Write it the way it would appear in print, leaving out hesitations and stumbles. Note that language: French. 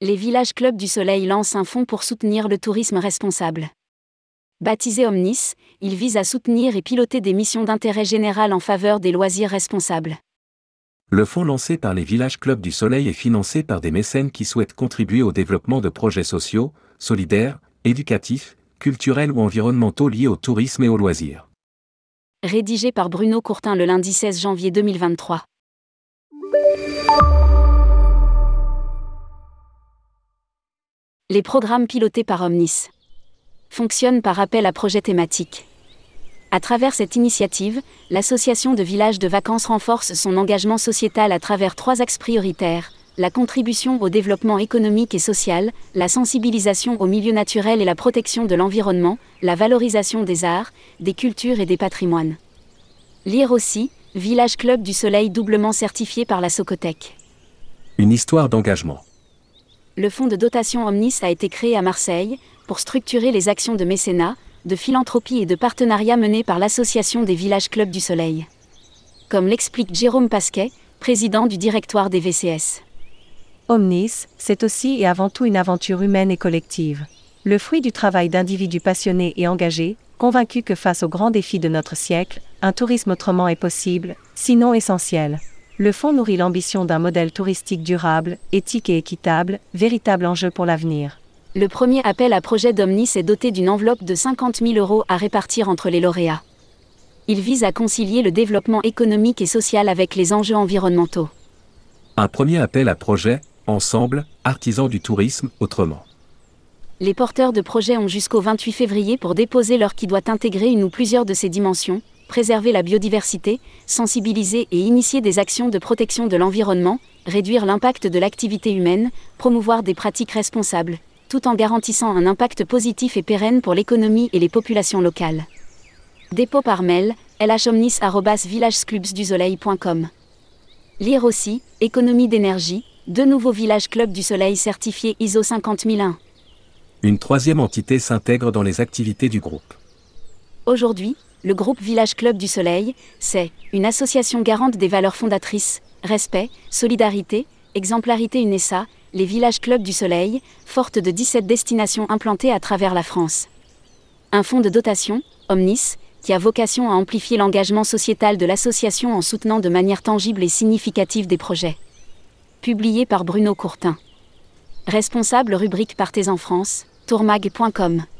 Les Villages Clubs du Soleil lancent un fonds pour soutenir le tourisme responsable. Baptisé Omnis, il vise à soutenir et piloter des missions d'intérêt général en faveur des loisirs responsables. Le fonds lancé par les Villages Clubs du Soleil est financé par des mécènes qui souhaitent contribuer au développement de projets sociaux, solidaires, éducatifs, culturels ou environnementaux liés au tourisme et aux loisirs. Rédigé par Bruno Courtin le lundi 16 janvier 2023. Les programmes pilotés par Omnis fonctionnent par appel à projet thématique. À travers cette initiative, l'association de villages de vacances renforce son engagement sociétal à travers 3 axes prioritaires: la contribution au développement économique et social, la sensibilisation au milieu naturel et la protection de l'environnement, la valorisation des arts, des cultures et des patrimoines. Lire aussi, Village Club du Soleil doublement certifié par la Socotec. Une histoire d'engagement. Le fonds de dotation Omnis a été créé à Marseille, pour structurer les actions de mécénat, de philanthropie et de partenariat menées par l'Association des Villages Clubs du Soleil. Comme l'explique Jérôme Pasquet, président du directoire des VCS. Omnis, c'est aussi et avant tout une aventure humaine et collective. Le fruit du travail d'individus passionnés et engagés, convaincus que face aux grands défis de notre siècle, un tourisme autrement est possible, sinon essentiel. Le fonds nourrit l'ambition d'un modèle touristique durable, éthique et équitable, véritable enjeu pour l'avenir. Le premier appel à projet d'Omnis est doté d'une enveloppe de 50 000 € à répartir entre les lauréats. Il vise à concilier le développement économique et social avec les enjeux environnementaux. Un premier appel à projet, ensemble, artisans du tourisme, autrement. Les porteurs de projets ont jusqu'au 28 février pour déposer leur qui doit intégrer une ou plusieurs de ces dimensions: préserver la biodiversité, sensibiliser et initier des actions de protection de l'environnement, réduire l'impact de l'activité humaine, promouvoir des pratiques responsables, tout en garantissant un impact positif et pérenne pour l'économie et les populations locales. Dépôt par mail, lhomnis@villagesclubsdusoleil.com. Lire aussi, économie d'énergie, 2 nouveaux Villages Clubs du Soleil certifiés ISO 50001. Une 3e entité s'intègre dans les activités du groupe. Aujourd'hui, le groupe Village Club du Soleil, c'est une association garante des valeurs fondatrices: respect, solidarité, exemplarité. UNESA, les Villages Clubs du Soleil, forte de 17 destinations implantées à travers la France. Un fonds de dotation, Omnis, qui a vocation à amplifier l'engagement sociétal de l'association en soutenant de manière tangible et significative des projets. Publié par Bruno Courtin. Responsable rubrique Partez en France, tourmag.com.